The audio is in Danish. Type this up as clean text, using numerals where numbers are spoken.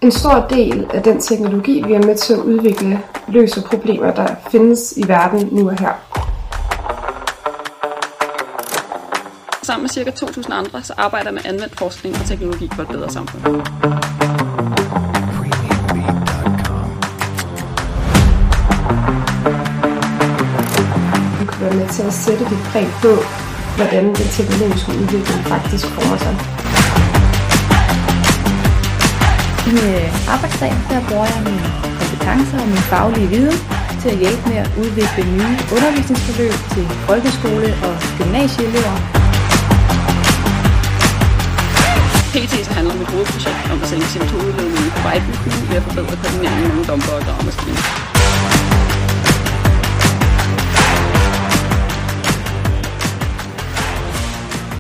En stor del af den teknologi, vi er med til at udvikle, løser problemer, der findes i verden nu og her. Sammen med ca. 2.000 andre, så arbejder jeg med anvendt forskning og teknologi for et bedre samfund. Vi kan være med til at sætte dit præg på, hvordan den teknologiske udvikling faktisk former sig. I min arbejdsdag, der bruger jeg mine kompetencer og min faglige viden til at hjælpe med at udvikle nye undervisningsforløb til folkeskole- og gymnasieelever. PT så handler mit hovedprojekt om at sænke CO2-udledningen på vejbygningen ved at forbedre koordineringen mellem dumper og gravemaskiner.